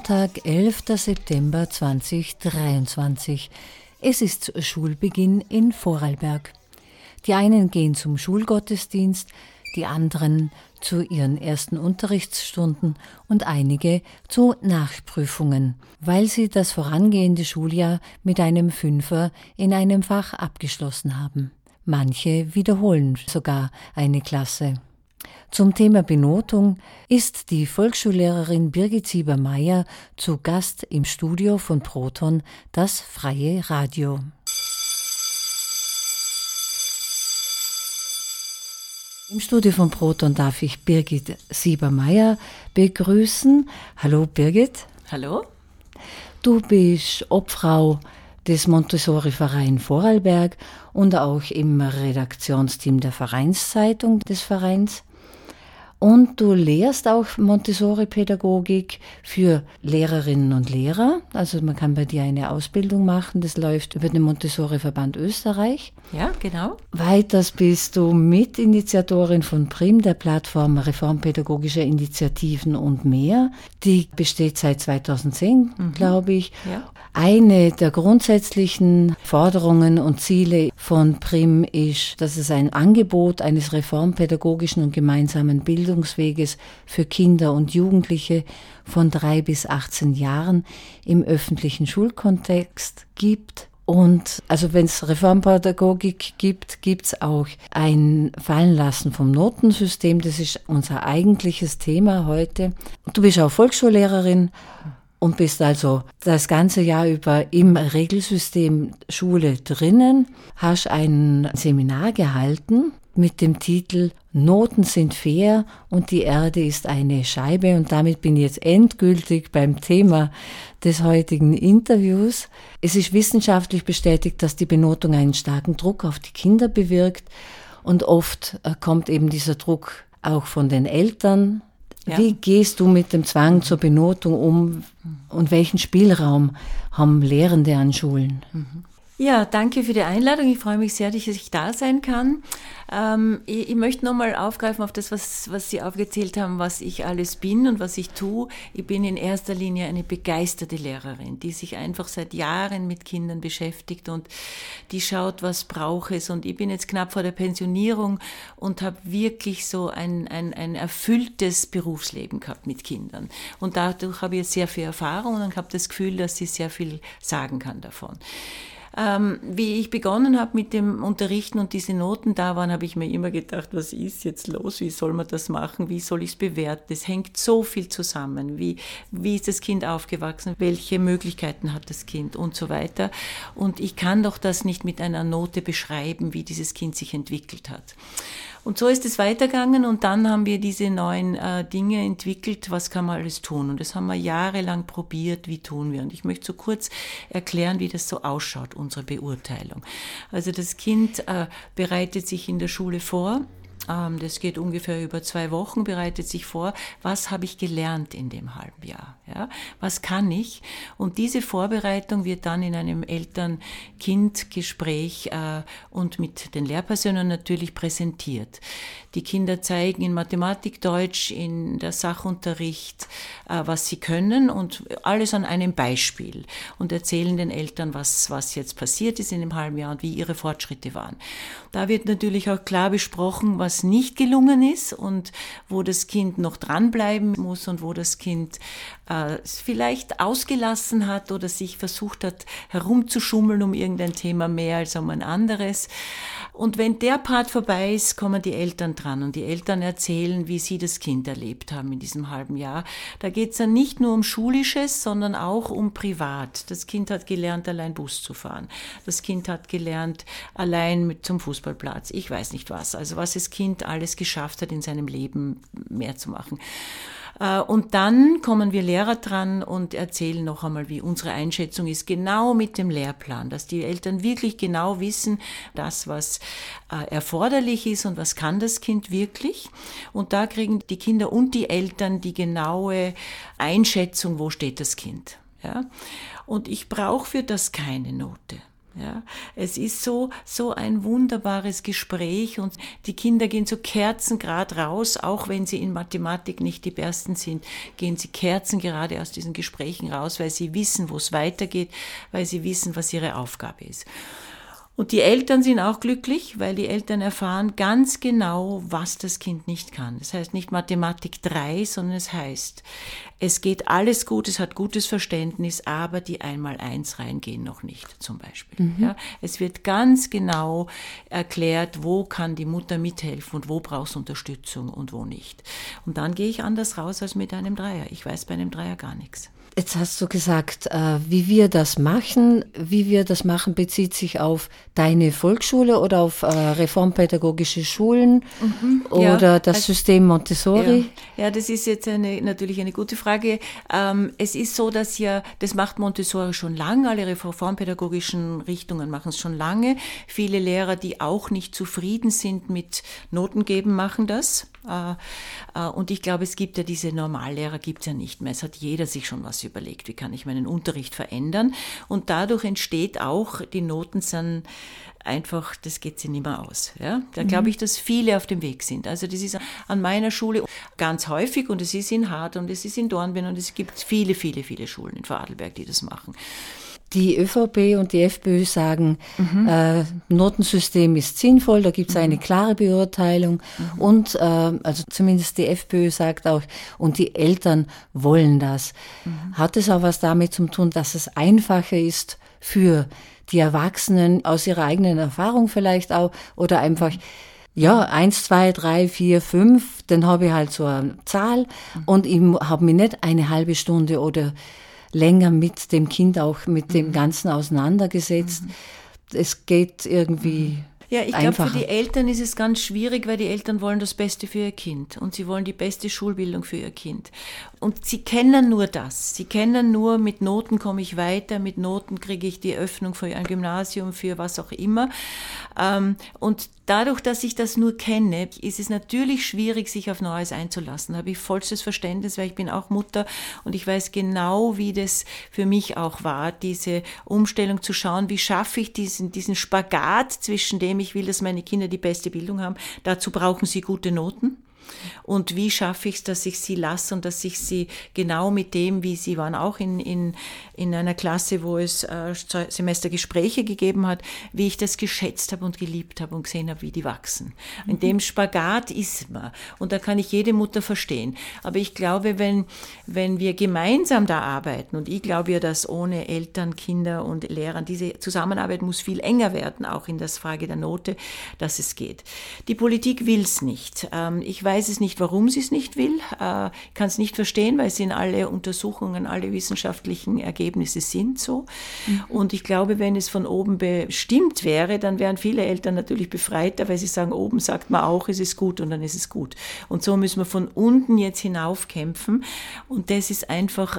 Sonntag, 11. September 2023. Es ist Schulbeginn in Vorarlberg. Die einen gehen zum Schulgottesdienst, die anderen zu ihren ersten Unterrichtsstunden und einige zu Nachprüfungen, weil sie das vorangehende Schuljahr mit einem Fünfer in einem Fach abgeschlossen haben. Manche wiederholen sogar eine Klasse. Zum Thema Benotung ist die Volksschullehrerin Birgit Sieber-Meyer zu Gast im Studio von Proton, das freie Radio. Im Studio von Proton darf ich Birgit Sieber-Meyer begrüßen. Hallo Birgit. Hallo. Du bist Obfrau des Montessori-Verein Vorarlberg und auch im Redaktionsteam der Vereinszeitung des Vereins. Und du lehrst auch Montessori-Pädagogik für Lehrerinnen und Lehrer. Also man kann bei dir eine Ausbildung machen. Das läuft über den Montessori-Verband Österreich. Ja, genau. Weiters bist du Mitinitiatorin von PRIM, der Plattform Reformpädagogischer Initiativen und mehr. Die besteht seit 2010, glaube ich. Ja. Eine der grundsätzlichen Forderungen und Ziele von PRIM ist, dass es ein Angebot eines reformpädagogischen und gemeinsamen Bildungsweges für Kinder und Jugendliche von 3 bis 18 Jahren im öffentlichen Schulkontext gibt. Und also wenn es Reformpädagogik gibt, gibt es auch ein Fallenlassen vom Notensystem. Das ist unser eigentliches Thema heute. Du bist auch Volksschullehrerin und bist also das ganze Jahr über im Regelsystem Schule drinnen, hast ein Seminar gehalten mit dem Titel Noten sind fair und die Erde ist eine Scheibe. Und damit bin ich jetzt endgültig beim Thema des heutigen Interviews. Es ist wissenschaftlich bestätigt, dass die Benotung einen starken Druck auf die Kinder bewirkt. Und oft kommt eben dieser Druck auch von den Eltern. Ja. Wie gehst du mit dem Zwang zur Benotung um und welchen Spielraum haben Lehrende an Schulen? Ja, danke für die Einladung. Ich freue mich sehr, dass ich da sein kann. Ich möchte nochmal aufgreifen auf das, was Sie aufgezählt haben, was ich alles bin und was ich tue. Ich bin in erster Linie eine begeisterte Lehrerin, die sich einfach seit Jahren mit Kindern beschäftigt und die schaut, was braucht es. Und ich bin jetzt knapp vor der Pensionierung und habe wirklich so ein erfülltes Berufsleben gehabt mit Kindern. Und dadurch habe ich jetzt sehr viel Erfahrung und habe das Gefühl, dass ich sehr viel sagen kann davon. Wie ich begonnen habe mit dem Unterrichten und diese Noten da waren, habe ich mir immer gedacht, was ist jetzt los? Wie soll man das machen? Wie soll ich es bewerten? Es hängt so viel zusammen. Wie ist das Kind aufgewachsen? Welche Möglichkeiten hat das Kind? Und so weiter. Und ich kann doch das nicht mit einer Note beschreiben, wie dieses Kind sich entwickelt hat. Und so ist es weitergegangen und dann haben wir diese neuen Dinge entwickelt, was kann man alles tun. Und das haben wir jahrelang probiert, wie tun wir. Und ich möchte so kurz erklären, wie das so ausschaut, unsere Beurteilung. Also das Kind bereitet sich in der Schule vor. Das geht ungefähr über 2 Wochen, bereitet sich vor, was habe ich gelernt in dem halben Jahr, ja? Was kann ich? Und diese Vorbereitung wird dann in einem Eltern-Kind-Gespräch und mit den Lehrpersonen natürlich präsentiert. Die Kinder zeigen in Mathematik, Deutsch, in der Sachunterricht, was sie können und alles an einem Beispiel und erzählen den Eltern, was jetzt passiert ist in dem halben Jahr und wie ihre Fortschritte waren. Da wird natürlich auch klar besprochen, was nicht gelungen ist und wo das Kind noch dranbleiben muss und wo das Kind vielleicht ausgelassen hat oder sich versucht hat, herumzuschummeln um irgendein Thema mehr als um ein anderes. Und wenn der Part vorbei ist, kommen die Eltern dran und die Eltern erzählen, wie sie das Kind erlebt haben in diesem halben Jahr. Da geht es dann nicht nur um Schulisches, sondern auch um privat. Das Kind hat gelernt, allein Bus zu fahren. Das Kind hat gelernt, allein zum Fußballplatz. Ich weiß nicht was. Also was das Kind alles geschafft hat, in seinem Leben mehr zu machen. Und dann kommen wir Lehrer dran und erzählen noch einmal, wie unsere Einschätzung ist, genau mit dem Lehrplan, dass die Eltern wirklich genau wissen, das, was erforderlich ist und was kann das Kind wirklich. Und da kriegen die Kinder und die Eltern die genaue Einschätzung, wo steht das Kind. Ja? Und ich brauche für das keine Note. Ja, es ist so ein wunderbares Gespräch und die Kinder gehen so kerzengerade raus, auch wenn sie in Mathematik nicht die Besten sind, gehen sie kerzengerade aus diesen Gesprächen raus, weil sie wissen, wo es weitergeht, weil sie wissen, was ihre Aufgabe ist. Und die Eltern sind auch glücklich, weil die Eltern erfahren ganz genau, was das Kind nicht kann. Das heißt nicht Mathematik 3, sondern es heißt, es geht alles gut, es hat gutes Verständnis, aber die 1x1 reingehen noch nicht, zum Beispiel. Ja, es wird ganz genau erklärt, wo kann die Mutter mithelfen und wo brauchst du Unterstützung und wo nicht. Und dann gehe ich anders raus als mit einem Dreier. Ich weiß bei einem Dreier gar nichts. Jetzt hast du gesagt, wie wir das machen. Wie wir das machen, bezieht sich auf deine Volksschule oder auf reformpädagogische Schulen oder das System Montessori? Ja, das ist jetzt natürlich eine gute Frage. Es ist so, dass das macht Montessori schon lange. Alle reformpädagogischen Richtungen machen es schon lange. Viele Lehrer, die auch nicht zufrieden sind mit Noten geben, machen das. Und ich glaube, es gibt ja diese Normallehrer, gibt es ja nicht mehr. Es hat jeder sich schon was überlegt, wie kann ich meinen Unterricht verändern. Und dadurch entsteht auch, die Noten sind einfach, das geht sie nicht mehr aus. Ja? Da glaube ich, dass viele auf dem Weg sind. Also das ist an meiner Schule ganz häufig und es ist in Hart und es ist in Dornbirn und es gibt viele, viele, viele Schulen in Vorarlberg, die das machen. Die ÖVP und die FPÖ sagen, Notensystem ist sinnvoll, da gibt es eine klare Beurteilung und also zumindest die FPÖ sagt auch, und die Eltern wollen das. Hat es auch was damit zu tun, dass es einfacher ist für die Erwachsenen aus ihrer eigenen Erfahrung vielleicht auch oder einfach 1, 2, 3, 4, 5, dann habe ich halt so eine Zahl und ich habe mich nicht eine halbe Stunde oder länger mit dem Kind auch mit dem Ganzen auseinandergesetzt. Es geht irgendwie Ja, ich glaube, für die Eltern ist es ganz schwierig, weil die Eltern wollen das Beste für ihr Kind und sie wollen die beste Schulbildung für ihr Kind. Und sie kennen nur das. Sie kennen nur, mit Noten komme ich weiter, mit Noten kriege ich die Öffnung für ein Gymnasium, für was auch immer. Und dadurch, dass ich das nur kenne, ist es natürlich schwierig, sich auf Neues einzulassen. Da habe ich vollstes Verständnis, weil ich bin auch Mutter und ich weiß genau, wie das für mich auch war, diese Umstellung zu schauen, wie schaffe ich diesen Spagat zwischen dem, ich will, dass meine Kinder die beste Bildung haben, dazu brauchen sie gute Noten. Und wie schaffe ich es, dass ich sie lasse und dass ich sie genau mit dem, wie sie waren, auch in einer Klasse, wo es Semestergespräche gegeben hat, wie ich das geschätzt habe und geliebt habe und gesehen habe, wie die wachsen. In dem Spagat ist man. Und da kann ich jede Mutter verstehen. Aber ich glaube, wenn wir gemeinsam da arbeiten, und ich glaube ja, dass ohne Eltern, Kinder und Lehrern, diese Zusammenarbeit muss viel enger werden, auch in der Frage der Note, dass es geht. Die Politik will es nicht. Ich weiß es nicht, warum sie es nicht will. Ich kann es nicht verstehen, weil es in alle Untersuchungen, alle wissenschaftlichen Ergebnisse sind so. Und ich glaube, wenn es von oben bestimmt wäre, dann wären viele Eltern natürlich befreiter, weil sie sagen, oben sagt man auch, es ist gut und dann ist es gut. Und so müssen wir von unten jetzt hinauf kämpfen. Und das ist einfach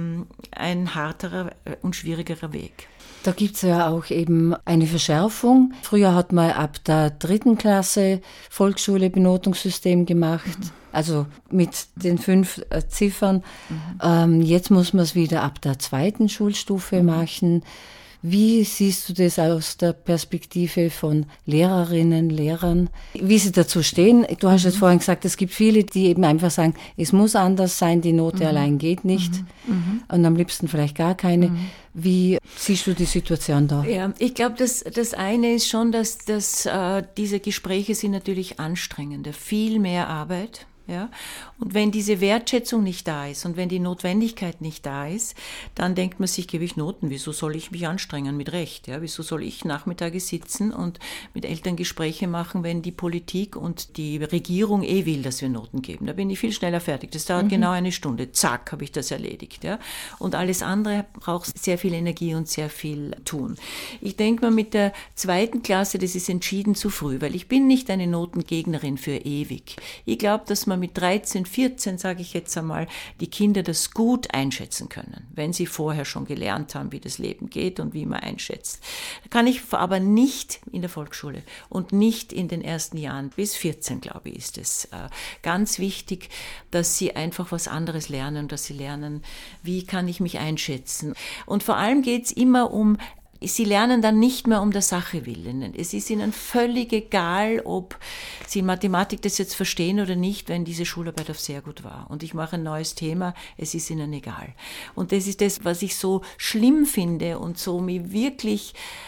ein harterer und schwierigerer Weg. Da gibt es ja auch eben eine Verschärfung. Früher hat man ab der 3. Klasse Volksschule Benotungssystem gemacht, also mit den 5 Ziffern. Jetzt muss man es wieder ab der 2. Schulstufe machen. Wie siehst du das aus der Perspektive von Lehrerinnen, Lehrern? Wie sie dazu stehen? Du hast jetzt vorhin gesagt, es gibt viele, die eben einfach sagen, es muss anders sein, die Note allein geht nicht. Und am liebsten vielleicht gar keine. Wie siehst du die Situation da? Ja, ich glaube, das eine ist schon, dass diese Gespräche sind natürlich anstrengender, viel mehr Arbeit. Ja? Und wenn diese Wertschätzung nicht da ist und wenn die Notwendigkeit nicht da ist, dann denkt man sich, gebe ich Noten, wieso soll ich mich anstrengen mit Recht? Ja? Wieso soll ich Nachmittage sitzen und mit Eltern Gespräche machen, wenn die Politik und die Regierung will, dass wir Noten geben? Da bin ich viel schneller fertig. Das dauert genau eine Stunde. Zack, habe ich das erledigt. Ja? Und alles andere braucht sehr viel Energie und sehr viel tun. Ich denke mal, mit der 2. Klasse, das ist entschieden zu früh, weil ich bin nicht eine Notengegnerin für ewig. Ich glaube, dass man mit 13, 14, sage ich jetzt einmal, die Kinder das gut einschätzen können, wenn sie vorher schon gelernt haben, wie das Leben geht und wie man einschätzt. Da kann ich aber nicht in der Volksschule und nicht in den ersten Jahren, bis 14, glaube ich, ist es ganz wichtig, dass sie einfach was anderes lernen, dass sie lernen, wie kann ich mich einschätzen. Und vor allem geht es immer um sie lernen dann nicht mehr um der Sache willen. Es ist ihnen völlig egal, ob sie in Mathematik das jetzt verstehen oder nicht, wenn diese Schularbeit auf sehr gut war. Und ich mache ein neues Thema, es ist ihnen egal. Und das ist das, was ich so schlimm finde und so mich wirklich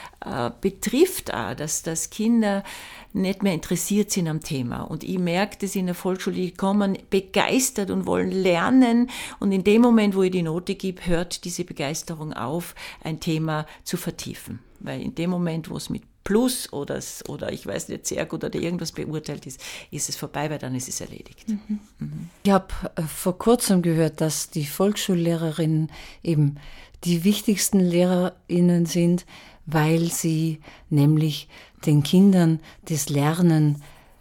betrifft auch, dass Kinder nicht mehr interessiert sind am Thema. Und ich merke das in der Volksschule, die kommen begeistert und wollen lernen. Und in dem Moment, wo ich die Note gebe, hört diese Begeisterung auf, ein Thema zu vertiefen. Weil in dem Moment, wo es mit Plus oder ich weiß nicht, sehr gut oder irgendwas beurteilt ist, ist es vorbei, weil dann ist es erledigt. Ich habe vor kurzem gehört, dass die Volksschullehrerinnen eben die wichtigsten LehrerInnen sind, weil sie nämlich den Kindern das Lernen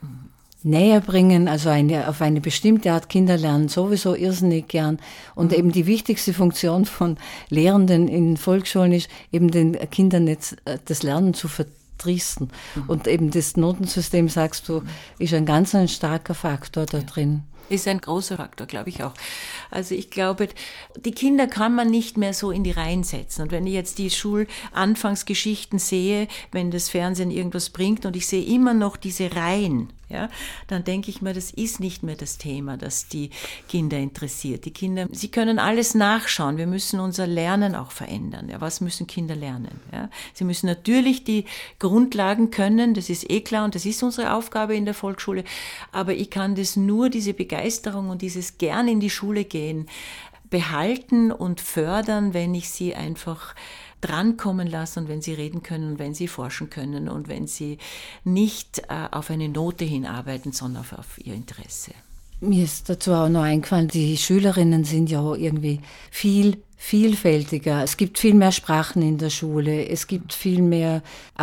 näher bringen, also auf eine bestimmte Art. Kinder lernen sowieso irrsinnig gern. Und eben die wichtigste Funktion von Lehrenden in Volksschulen ist, eben den Kindern nicht das Lernen zu verdrießen. Und eben das Notensystem, sagst du, ist ein starker Faktor da drin. Ist ein großer Faktor, glaube ich auch. Also ich glaube, die Kinder kann man nicht mehr so in die Reihen setzen. Und wenn ich jetzt die Schulanfangsgeschichten sehe, wenn das Fernsehen irgendwas bringt und ich sehe immer noch diese Reihen, ja, dann denke ich mir, das ist nicht mehr das Thema, das die Kinder interessiert. Die Kinder, sie können alles nachschauen. Wir müssen unser Lernen auch verändern. Ja, was müssen Kinder lernen? Ja, sie müssen natürlich die Grundlagen können, das ist eh klar und das ist unsere Aufgabe in der Volksschule. Aber ich kann das nur, diese Begeisterung und dieses gern in die Schule gehen, behalten und fördern, wenn ich sie einfach drankommen lassen und wenn sie reden können und wenn sie forschen können und wenn sie nicht auf eine Note hinarbeiten, sondern auf ihr Interesse. Mir ist dazu auch noch eingefallen, die Schülerinnen sind ja auch irgendwie viel vielfältiger. Es gibt viel mehr Sprachen in der Schule, es gibt viel mehr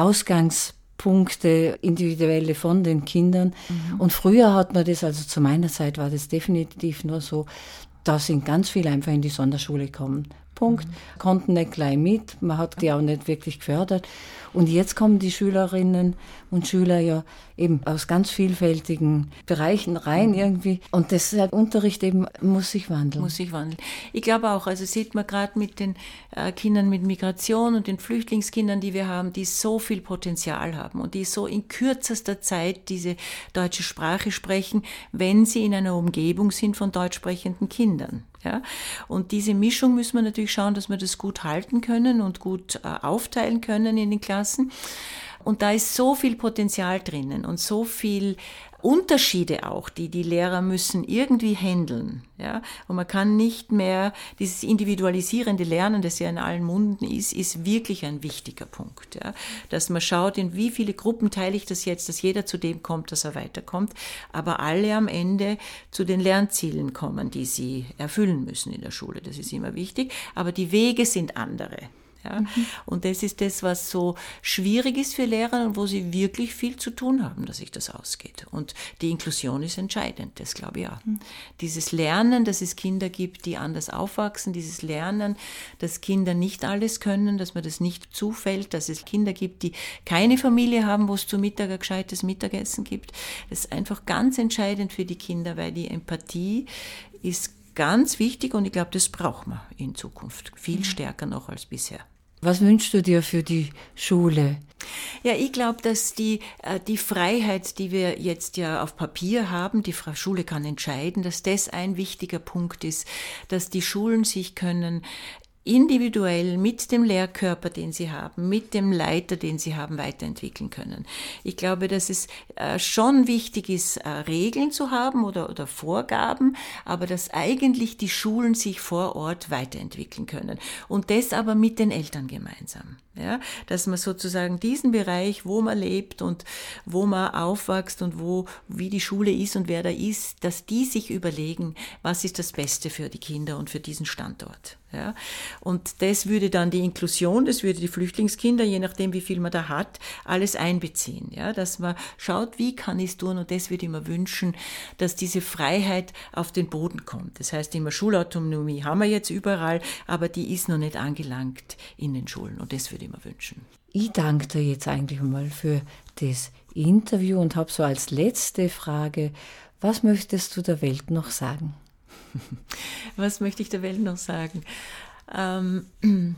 Ausgangspunkte, individuelle von den Kindern. Und früher hat man das, also zu meiner Zeit war das definitiv nur so, da sind ganz viele einfach in die Sonderschule gekommen. Punkt. Konnten nicht gleich mit, man hat die auch nicht wirklich gefördert. Und jetzt kommen die Schülerinnen und Schüler ja eben aus ganz vielfältigen Bereichen rein irgendwie. Und der Unterricht eben muss sich wandeln. Ich glaube auch, also sieht man gerade mit den Kindern mit Migration und den Flüchtlingskindern, die wir haben, die so viel Potenzial haben und die so in kürzester Zeit diese deutsche Sprache sprechen, wenn sie in einer Umgebung sind von deutsch sprechenden Kindern. Ja, und diese Mischung müssen wir natürlich schauen, dass wir das gut halten können und gut aufteilen können in den Klassen. Und da ist so viel Potenzial drinnen und so viel Unterschiede auch, die Lehrer müssen irgendwie handeln. Ja? Und man kann nicht mehr, dieses individualisierende Lernen, das ja in allen Munden ist wirklich ein wichtiger Punkt. Ja? Dass man schaut, in wie viele Gruppen teile ich das jetzt, dass jeder zu dem kommt, dass er weiterkommt, aber alle am Ende zu den Lernzielen kommen, die sie erfüllen müssen in der Schule. Das ist immer wichtig, aber die Wege sind andere. Ja? Und das ist das, was so schwierig ist für Lehrer und wo sie wirklich viel zu tun haben, dass sich das ausgeht. Und die Inklusion ist entscheidend, das glaube ich auch. Dieses Lernen, dass es Kinder gibt, die anders aufwachsen, dieses Lernen, dass Kinder nicht alles können, dass mir das nicht zufällt, dass es Kinder gibt, die keine Familie haben, wo es zu Mittag ein gescheites Mittagessen gibt. Das ist einfach ganz entscheidend für die Kinder, weil die Empathie ist ganz wichtig und ich glaube, das braucht man in Zukunft viel stärker noch als bisher. Was wünschst du dir für die Schule? Ja, ich glaube, dass die Freiheit, die wir jetzt ja auf Papier haben, die Schule kann entscheiden, dass das ein wichtiger Punkt ist, dass die Schulen sich können individuell mit dem Lehrkörper, den sie haben, mit dem Leiter, den sie haben, weiterentwickeln können. Ich glaube, dass es schon wichtig ist, Regeln zu haben oder Vorgaben, aber dass eigentlich die Schulen sich vor Ort weiterentwickeln können. Und das aber mit den Eltern gemeinsam. Ja, dass man sozusagen diesen Bereich, wo man lebt und wo man aufwächst und wie die Schule ist und wer da ist, dass die sich überlegen, was ist das Beste für die Kinder und für diesen Standort. Ja, und das würde dann die Inklusion, das würde die Flüchtlingskinder, je nachdem wie viel man da hat, alles einbeziehen. Ja, dass man schaut, wie kann ich es tun und das würde ich mir wünschen, dass diese Freiheit auf den Boden kommt. Das heißt immer Schulautonomie haben wir jetzt überall, aber die ist noch nicht angelangt in den Schulen und das würde ich mir wünschen. Ich danke dir jetzt eigentlich mal für das Interview und habe so als letzte Frage, was möchtest du der Welt noch sagen? Was möchte ich der Welt noch sagen?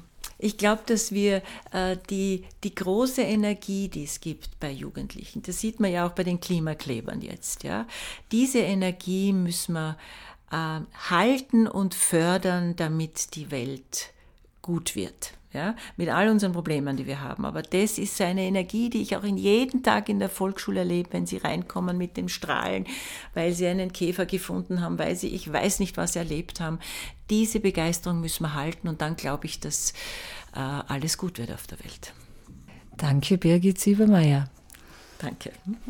Ich glaube, dass wir die große Energie, die es gibt bei Jugendlichen, das sieht man ja auch bei den Klimaklebern jetzt, ja, diese Energie müssen wir halten und fördern, damit die Welt gut wird. Ja, mit all unseren Problemen, die wir haben. Aber das ist eine Energie, die ich auch jeden Tag in der Volksschule erlebe, wenn sie reinkommen mit dem Strahlen, weil sie einen Käfer gefunden haben, weil sie, ich weiß nicht, was erlebt haben. Diese Begeisterung müssen wir halten und dann glaube ich, dass alles gut wird auf der Welt. Danke, Birgit Siebermeier. Danke.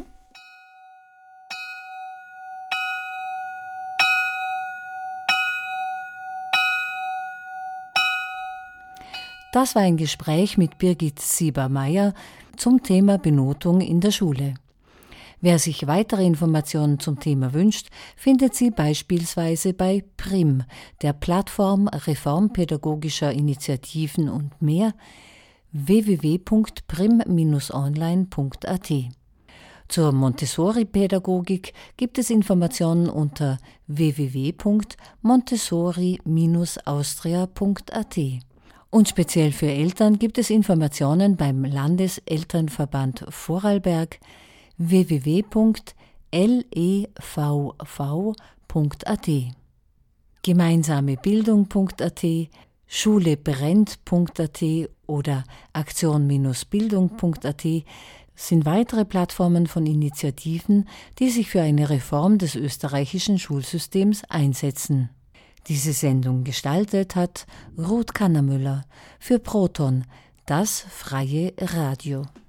Das war ein Gespräch mit Birgit Siebermeier zum Thema Benotung in der Schule. Wer sich weitere Informationen zum Thema wünscht, findet sie beispielsweise bei PRIM, der Plattform reformpädagogischer Initiativen und mehr, www.prim-online.at. Zur Montessori-Pädagogik gibt es Informationen unter www.montessori-austria.at. Und speziell für Eltern gibt es Informationen beim Landeselternverband Vorarlberg www.levv.at, gemeinsamebildung.at, schulebrennt.at oder aktion-bildung.at sind weitere Plattformen von Initiativen, die sich für eine Reform des österreichischen Schulsystems einsetzen. Diese Sendung gestaltet hat Ruth Kannermüller für Proton, das freie Radio.